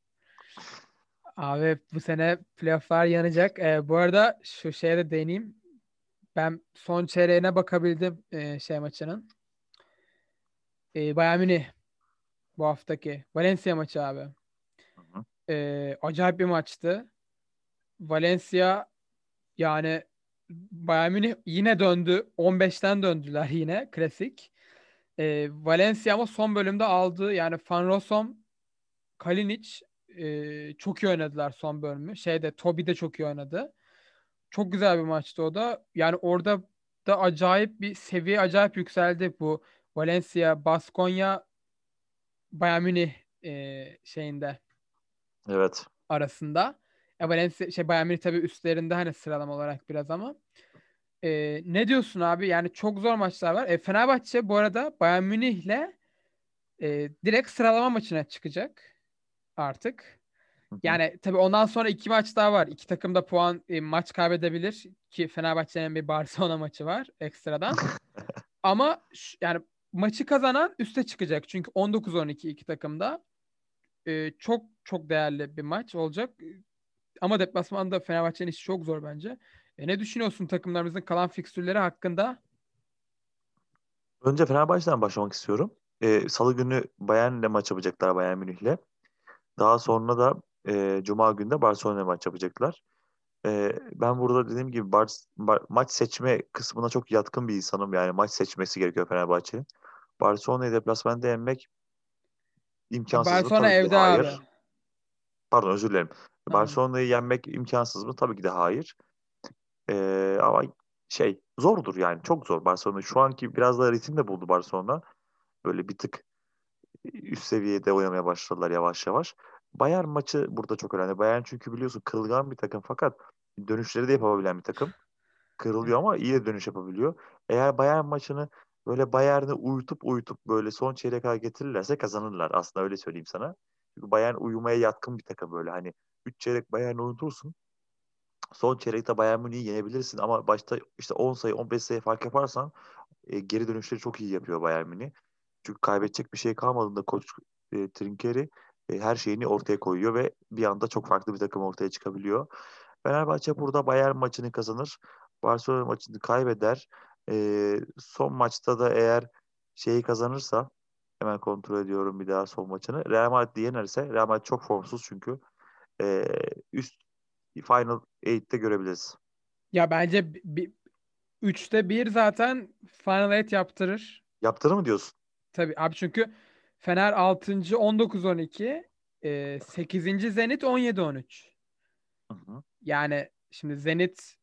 Speaker 1: Abi bu sene playoff'lar yanacak. Bu arada şu şeye de değineyim. Ben son çeyreğine bakabildim şey maçının. Bayern Münih bu haftaki Valencia maçı abi.
Speaker 2: Hı hı.
Speaker 1: Acayip bir maçtı. Valencia, yani Bayern Münih yine döndü. 15'ten döndüler yine, klasik. Valencia ama son bölümde aldı. Yani Van Rossum, Kalinic çok iyi oynadılar son bölümü. Toby de çok iyi oynadı. Çok güzel bir maçtı o da. Yani orada da acayip bir seviye, acayip yükseldi bu Valencia, Baskonya, Bayern Münih şeyinde,
Speaker 2: Evet.
Speaker 1: arasında. Valencia Bayern Münih tabii üstlerinde hani sıralama olarak biraz ama. Ne diyorsun abi? Yani çok zor maçlar var. Fenerbahçe bu arada Bayern Münih'le direkt sıralama maçına çıkacak artık.
Speaker 2: Hı hı.
Speaker 1: Yani tabii ondan sonra iki maç daha var. İki takım da maç kaybedebilir ki Fenerbahçe'nin bir Barcelona maçı var ekstradan. Ama yani maçı kazanan üste çıkacak. Çünkü 19-12 iki takımda. Çok çok değerli bir maç olacak. Ama deplasmanda Fenerbahçe'nin işi çok zor bence. Ne düşünüyorsun takımlarımızın kalan fikstürleri hakkında?
Speaker 2: Önce Fenerbahçe'den başlamak istiyorum. Salı günü Bayern'le maç yapacaklar, Bayern Münih'le. Daha sonra da Cuma günü de Barcelona'yla maç yapacaklar. Ben burada dediğim gibi maç seçme kısmına çok yatkın bir insanım. Yani maç seçmesi gerekiyor Fenerbahçe'nin. Barcelona'yı deplasmanda yenmek imkansız mı?
Speaker 1: Barcelona
Speaker 2: Tabii ki de
Speaker 1: evde abi.
Speaker 2: hayır. Pardon, özür dilerim.
Speaker 1: Tamam.
Speaker 2: Barcelona'yı yenmek imkansız mı? Tabii ki de hayır. Ama zordur yani. Çok zor Barcelona. Şu anki biraz da ritim de buldu Barcelona. Böyle bir tık üst seviyede oynamaya başladılar yavaş yavaş. Bayern maçı burada çok önemli. Bayern çünkü biliyorsun kırılgan bir takım, fakat dönüşleri de yapabilen bir takım. Kırılıyor ama iyi de dönüş yapabiliyor. Eğer Bayern maçını böyle Bayern'i uyutup böyle son çeyreğe kadar getirirlerse kazanırlar. Aslında öyle söyleyeyim sana. Çünkü Bayern uyumaya yatkın bir takım böyle. Hani 3 çeyrek Bayern'i uyutursun. Son çeyrekte Bayern Münih'i yenebilirsin ama başta işte 10 sayı 15 sayı fark yaparsan geri dönüşleri çok iyi yapıyor Bayern Münih. Çünkü kaybedecek bir şey kalmadığında koç Trinkieri her şeyini ortaya koyuyor ve bir anda çok farklı bir takım ortaya çıkabiliyor. Fenerbahçe burada Bayern maçını kazanır. Barcelona maçını kaybeder. Son maçta da eğer şeyi kazanırsa, hemen kontrol ediyorum bir daha son maçını. Real Madrid yenerse, Real Madrid çok formsuz çünkü, e, üst Final 8'te görebiliriz.
Speaker 1: Ya bence 3'te 1 zaten Final Eight yaptırır.
Speaker 2: Yaptırır mı diyorsun?
Speaker 1: Tabii abi, çünkü Fener 6. 19-12, 8. Zenit 17-13.
Speaker 2: Hı hı.
Speaker 1: Yani şimdi Zenit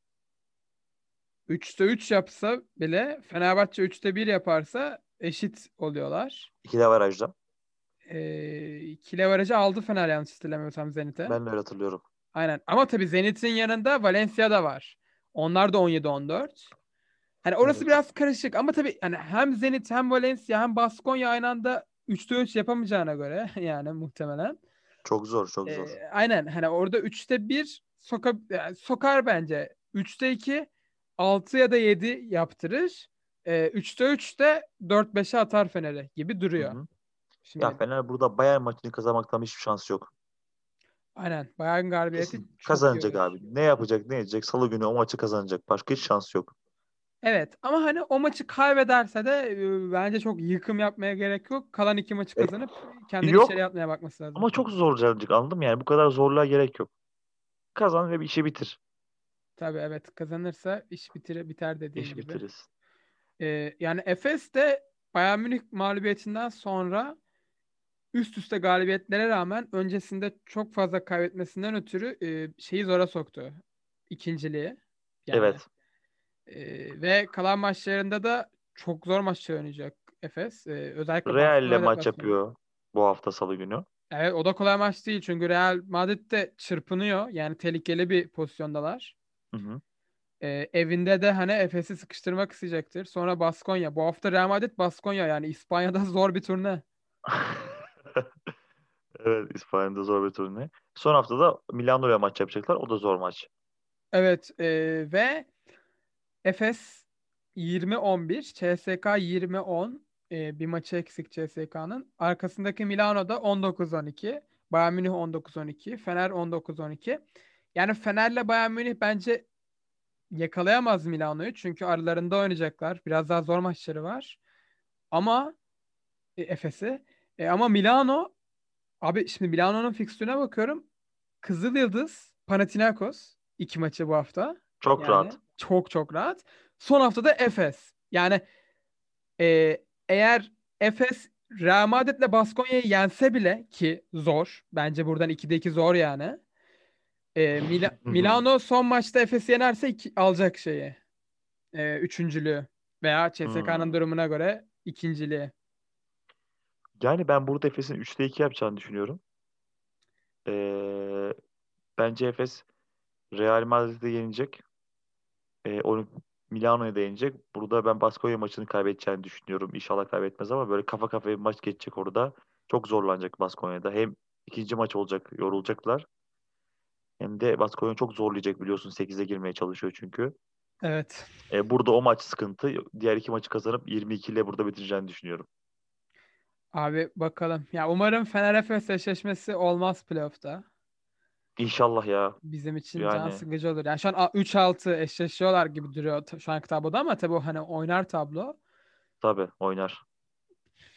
Speaker 1: 3'te 3 yapsa bile Fenerbahçe 3'te 1 yaparsa eşit oluyorlar.
Speaker 2: İkili averajda.
Speaker 1: İkili averajı aldı Fener, yanlış hatırlamıyorsam Zenit'e.
Speaker 2: Ben de öyle hatırlıyorum.
Speaker 1: Aynen. Ama tabii Zenit'in yanında Valencia da var. Onlar da 17-14. Hani orası
Speaker 2: Evet.
Speaker 1: biraz karışık ama tabii hani hem Zenit hem Valencia hem Baskonya aynı anda 3'te 3 yapamayacağına göre yani muhtemelen.
Speaker 2: Çok zor, çok zor.
Speaker 1: Aynen, hani orada 3'te 1 yani sokar bence. 3'te 2 6 ya da 7 yaptırır. 3'te 3 de 4-5'e atar Fener'e gibi
Speaker 2: Hı
Speaker 1: duruyor.
Speaker 2: hı. Ya
Speaker 1: Şimdi
Speaker 2: Fener burada Bayern maçını kazanmaktan hiçbir şansı yok.
Speaker 1: aynen, Bayern galibiyeti
Speaker 2: Kesin
Speaker 1: çok iyi
Speaker 2: kazanacak
Speaker 1: olur.
Speaker 2: abi. Ne yapacak, ne edecek? Salı günü o maçı kazanacak. Başka hiç şansı yok.
Speaker 1: Evet ama hani o maçı kaybederse de bence çok yıkım yapmaya gerek yok. Kalan 2 maçı
Speaker 2: E,
Speaker 1: kazanıp kendini içeri
Speaker 2: Yok
Speaker 1: atmaya bakması lazım.
Speaker 2: ama çok zorlanacak, anladın mı? Yani bu kadar zorluğa gerek yok. Kazan ve bir işi bitir.
Speaker 1: Tabii evet, kazanırsa iş biter dediğin
Speaker 2: İş
Speaker 1: gibi.
Speaker 2: bitiririz.
Speaker 1: Yani Efes de Bayern Münih mağlubiyetinden sonra üst üste galibiyetlere rağmen öncesinde çok fazla kaybetmesinden ötürü şeyi zora soktu. İkinciliği. Yani
Speaker 2: Evet.
Speaker 1: ve kalan maçlarında da çok zor maçlar oynayacak Efes. Özellikle
Speaker 2: Real'le
Speaker 1: Baskonya
Speaker 2: maç
Speaker 1: deplasmanı.
Speaker 2: yapıyor bu hafta Salı günü.
Speaker 1: Evet, o da kolay maç değil çünkü Real Madrid de çırpınıyor. Yani tehlikeli bir pozisyondalar.
Speaker 2: Hı hı.
Speaker 1: Evinde de hani Efes'i sıkıştırmak isteyecektir. Sonra Baskonya. Bu hafta Real Madrid Baskonya, yani İspanya'da zor bir turne.
Speaker 2: Evet, İspanya'da zor bir turne. Son haftada Milano'ya maç yapacaklar. O da zor maç.
Speaker 1: Evet, ve Efes 20-11, CSK 20-10, bir maçı eksik CSK'nın. Arkasındaki Milano'da 19-12, Bayern Münih 19-12, Fener 19-12. Yani Fener'le Bayern Münih bence yakalayamaz Milano'yu çünkü aralarında oynayacaklar. Biraz daha zor maçları var. Ama Efes'i. Ama Milano, abi şimdi Milano'nun fikstürüne bakıyorum. Kızılyıldız, Panathinaikos 2 maçı bu hafta.
Speaker 2: Çok
Speaker 1: Yani
Speaker 2: rahat.
Speaker 1: çok çok rahat. Son haftada Efes. Yani eğer Efes Real Madrid'le Baskonya'yı yense bile, ki zor. Bence buradan 2'de 2 zor yani. Milano son maçta Efes'i yenerse alacak şeyi. Üçüncülüğü. Veya CSK'nın
Speaker 2: Hmm.
Speaker 1: durumuna göre ikinciliği.
Speaker 2: Yani ben burada Efes'in 3'te 2 yapacağını düşünüyorum. Ee, Bence Efes Real Madrid'i yenecek. Onu Milano'yu da yenecek. Burada ben Baskonya maçını kaybedeceğini düşünüyorum. İnşallah kaybetmez ama böyle kafa kafaya bir maç geçecek orada. Çok zorlanacak Baskonya'da. Hem ikinci maç olacak, yorulacaklar. Hem de Baskonya çok zorlayacak, biliyorsun 8'e girmeye çalışıyor çünkü.
Speaker 1: Evet.
Speaker 2: Burada o maç sıkıntı. Diğer iki maçı kazanıp 22 ile burada bitireceğini düşünüyorum.
Speaker 1: Abi bakalım. Ya umarım Fener Efes eşleşmesi olmaz playoff'ta.
Speaker 2: İnşallah ya.
Speaker 1: Bizim için can
Speaker 2: Yani
Speaker 1: sıkıcı olur. Yani şu an 3-6 eşleşiyorlar gibi duruyor şu anki tabloda ama tabii o hani oynar tablo.
Speaker 2: tabii oynar.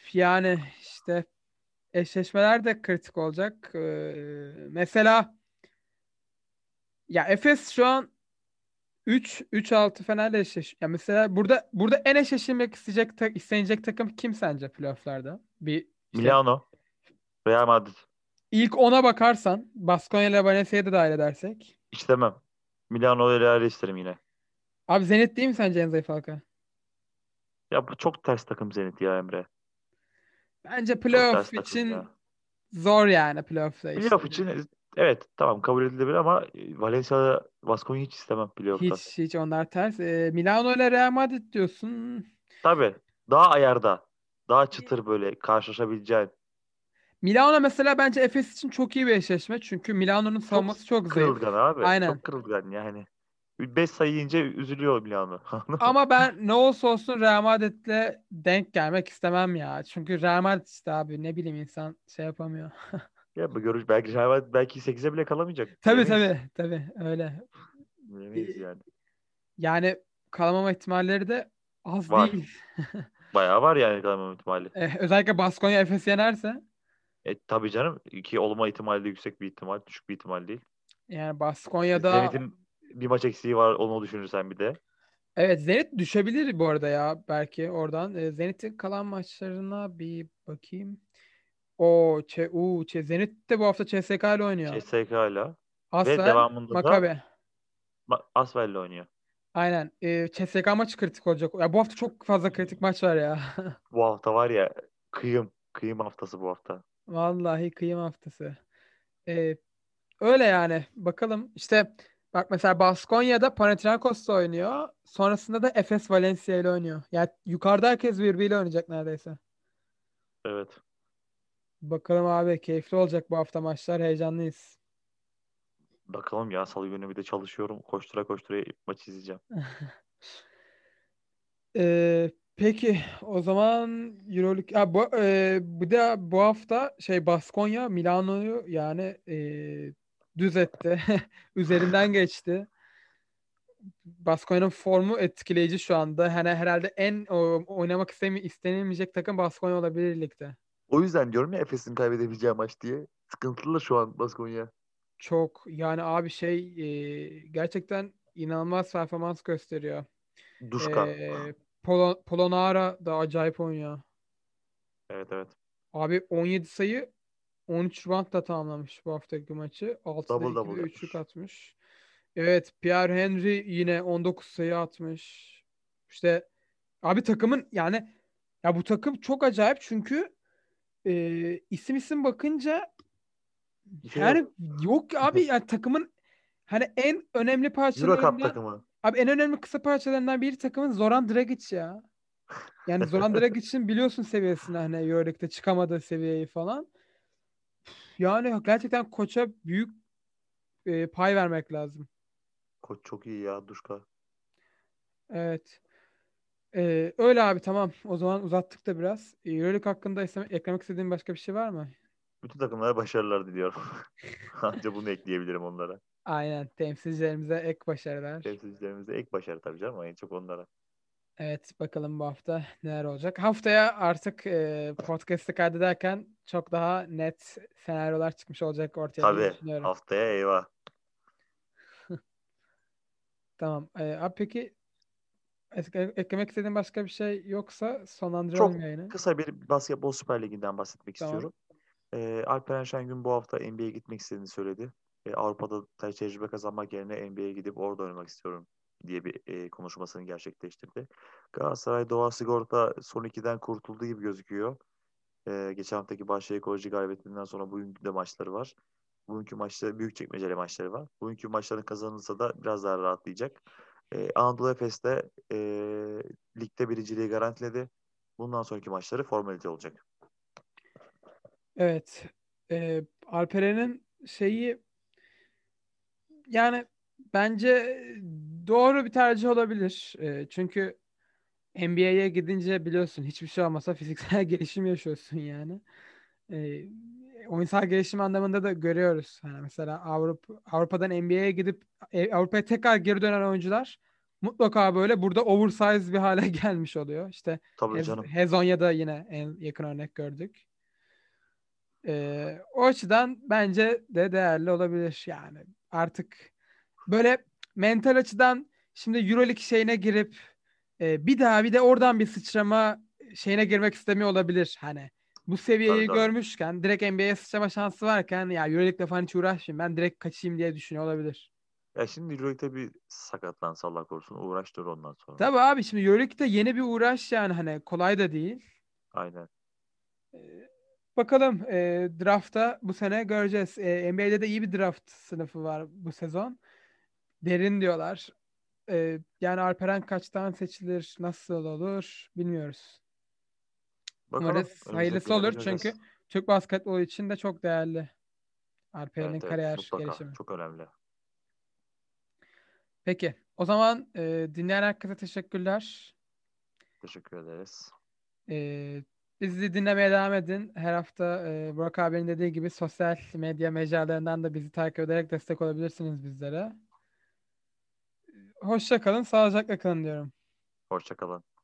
Speaker 1: Yani işte eşleşmeler de kritik olacak. Mesela ya Efes şu an 3-6 Fener'le eşleş. Ya mesela burada en eşleşilmek istenecek takım kim sence playoff'larda? Bir işte
Speaker 2: Milano, Real Madrid.
Speaker 1: ilk ona bakarsan Baskonya ile Valencia'yı da dahil edersek.
Speaker 2: İstemem. Milano ile Real isterim yine.
Speaker 1: Abi Zenit değil mi sence en zayıf halka?
Speaker 2: Ya bu çok ters takım Zenit ya Emre.
Speaker 1: Bence
Speaker 2: Çok ters
Speaker 1: playoff
Speaker 2: takım
Speaker 1: için
Speaker 2: ya.
Speaker 1: zor yani playoff'ta
Speaker 2: Playoff
Speaker 1: işte.
Speaker 2: için evet tamam kabul edilebilir ama Valencia'da Baskonya'yı hiç istemem playoff'ta.
Speaker 1: Hiç onlar ters. Milano ile Real Madrid diyorsun.
Speaker 2: Tabii daha ayarda. Daha çıtır böyle karşılaşabileceğin.
Speaker 1: Milano mesela bence Efes için çok iyi bir eşleşme. Çünkü Milano'nun
Speaker 2: Çok
Speaker 1: savunması çok
Speaker 2: kırılgan
Speaker 1: zayıf.
Speaker 2: abi.
Speaker 1: Aynen.
Speaker 2: Çok kırılgan yani. 5 sayı yiyince üzülüyor Milano. Anladın mı?
Speaker 1: Ama ben ne olursa olsun Real Madrid'le denk gelmek istemem ya. Çünkü Real Madrid işte abi ne bileyim insan şey yapamıyor.
Speaker 2: Ya bu görüş belki Real Madrid belki 8'e bile kalamayacak.
Speaker 1: Tabii
Speaker 2: Bilemeyiz.
Speaker 1: tabii tabii öyle. Ee,
Speaker 2: Bilemeyiz yani.
Speaker 1: Yani kalamama ihtimalleri de az
Speaker 2: Var.
Speaker 1: değil.
Speaker 2: Bayağı var yani kalamama ihtimali.
Speaker 1: Özellikle Baskonya Efes yenerse
Speaker 2: Tabii canım. İki olma ihtimali de yüksek bir ihtimal. Düşük bir ihtimal değil.
Speaker 1: yani Baskonya'da
Speaker 2: Zenit'in bir maç eksiği var. Onu düşünürsen bir de.
Speaker 1: evet Zenit düşebilir bu arada ya belki oradan. Zenit'in kalan maçlarına bir bakayım. Zenit de bu hafta CSKA ile oynuyor.
Speaker 2: CSK'yla. Ve
Speaker 1: Asvel,
Speaker 2: devamında da
Speaker 1: Makabe.
Speaker 2: Asvel'le oynuyor.
Speaker 1: Aynen. CSKA maçı kritik olacak. Ya bu hafta çok fazla kritik maç var ya.
Speaker 2: Bu hafta var ya kıyım. Kıyım haftası bu hafta.
Speaker 1: Vallahi kıyım haftası. Ee, Öyle yani. Bakalım. İşte bak mesela Baskonya'da Panathinaikos'ta oynuyor. Sonrasında da Efes Valencia ile oynuyor. Yani yukarıda herkes birbiriyle oynayacak neredeyse.
Speaker 2: Evet.
Speaker 1: Bakalım abi keyifli olacak bu hafta maçlar. Heyecanlıyız.
Speaker 2: Bakalım ya salı günü bir de çalışıyorum. Koştura koştura maçı izleyeceğim.
Speaker 1: Peki o zaman Euroleague bu da bu hafta Baskonya Milano'yu yani düz etti. Üzerinden geçti. Baskonya'nın formu etkileyici şu anda. Hani herhalde oynamak istenilmeyecek takım Baskonya olabilir ligde.
Speaker 2: O yüzden diyorum ya Efes'in kaybedebileceği maç diye. Sıkıntılı şu an Baskonya.
Speaker 1: Çok yani abi gerçekten inanılmaz performans gösteriyor.
Speaker 2: Duşka.
Speaker 1: Polonara da acayip oynuyor.
Speaker 2: Evet evet.
Speaker 1: Abi 17 sayı 13 reboundla tamamlamış bu haftaki maçı. 6'da
Speaker 2: Double
Speaker 1: 2 ve
Speaker 2: double
Speaker 1: üçlük
Speaker 2: yapmış.
Speaker 1: atmış. Evet, Pierre Henry yine 19 sayı atmış. İşte abi takımın yani ya bu takım çok acayip çünkü isim bakınca
Speaker 2: Bir şey
Speaker 1: yani
Speaker 2: yok.
Speaker 1: yok abi yani takımın hani en önemli
Speaker 2: Euro Cup
Speaker 1: parçalarından
Speaker 2: takımı.
Speaker 1: abi en önemli kısa parçalarından biri takımın Zoran Dragic ya. Yani Zoran Dragic'in biliyorsun seviyesini hani Euroleague'de çıkamadığı seviyeyi falan. Yani gerçekten koça büyük pay vermek lazım.
Speaker 2: Koç çok iyi ya Duşka.
Speaker 1: Evet. Öyle abi tamam. O zaman uzattık da biraz. Euroleague hakkında eklemek istediğin başka bir şey var mı?
Speaker 2: Bütün takımlara başarılar diliyorum. Anca bunu ekleyebilirim onlara.
Speaker 1: Aynen. Temsilcilerimize ek başarılar.
Speaker 2: Temsilcilerimize ek başarı tabii canım ama en çok onlara.
Speaker 1: Evet bakalım bu hafta neler olacak. Haftaya artık podcast'ı kaydederken çok daha net senaryolar çıkmış olacak ortaya diye
Speaker 2: Tabii
Speaker 1: düşünüyorum.
Speaker 2: haftaya eyvah.
Speaker 1: Tamam. Abi peki eklemek istediğin başka bir şey yoksa
Speaker 2: Çok
Speaker 1: sonlandıralım yayını.
Speaker 2: kısa bir basketbol Süper Ligi'nden bahsetmek
Speaker 1: Tamam.
Speaker 2: istiyorum. Alperen Şengün bu hafta NBA'ye gitmek istediğini söyledi. Avrupa'da tecrübe kazanmak yerine NBA'ye gidip orada oynamak istiyorum diye bir konuşmasını gerçekleştirdi. Galatasaray Doğa Sigorta son 2'den kurtulduğu gibi gözüküyor. Geçen haftaki Başakşehir Koleji galibiyetinden sonra bugünkü de maçları var. Bugünkü maçta Büyükçekmece'li maçları var. Bugünkü maçların kazanılırsa da biraz daha rahatlayacak. Anadolu Efes de ligde birinciliği garantiledi. Bundan sonraki maçları formalite olacak.
Speaker 1: Evet. Alperen'in yani bence doğru bir tercih olabilir. Çünkü NBA'ye gidince biliyorsun hiçbir şey olmasa fiziksel gelişim yaşıyorsun yani. Ee, Oyunsal gelişim anlamında da görüyoruz. Hani mesela Avrupa'dan NBA'ye gidip Avrupa'ya tekrar geri dönen oyuncular mutlaka böyle burada oversize bir hale gelmiş oluyor. İşte
Speaker 2: Tabii canım.
Speaker 1: Hezonya'da yine en yakın örnek gördük. O açıdan bence de değerli olabilir yani. Artık böyle mental açıdan şimdi EuroLeague şeyine girip bir de oradan bir sıçrama şeyine girmek istemiyor olabilir. Hani bu
Speaker 2: Tabii
Speaker 1: seviyeyi
Speaker 2: tabii.
Speaker 1: görmüşken direkt NBA'ye sıçrama şansı varken ya EuroLeague'le falan hiç uğraşmayayım ben direkt kaçayım diye düşünüyor olabilir.
Speaker 2: Ya şimdi Euroleague'de bir sakatlansa Allah korusun uğraştır ondan sonra.
Speaker 1: Tabii abi şimdi EuroLeague'de yeni bir uğraş yani hani kolay da değil.
Speaker 2: Aynen.
Speaker 1: Bakalım draftta bu sene göreceğiz. NBA'de de iyi bir draft sınıfı var bu sezon. Derin diyorlar. Yani Alperen kaçtan seçilir, nasıl olur bilmiyoruz.
Speaker 2: Bakalım.
Speaker 1: Umarız
Speaker 2: Önümüzdeki
Speaker 1: hayırlısı
Speaker 2: günlerde
Speaker 1: olur çünkü
Speaker 2: göreceğiz.
Speaker 1: Türk basketbolu için de çok değerli Alperen'in
Speaker 2: Evet evet
Speaker 1: kariyer
Speaker 2: mutlaka.
Speaker 1: gelişimi.
Speaker 2: Çok önemli.
Speaker 1: Peki o zaman dinleyen herkese teşekkürler.
Speaker 2: Teşekkür ederiz.
Speaker 1: E, Bizi dinlemeye devam edin. Her hafta Burak abinin dediği gibi sosyal medya mecralarından da bizi takip ederek destek olabilirsiniz bizlere. Hoşça kalın, sağlıcakla kalın diyorum.
Speaker 2: Hoşça kalın.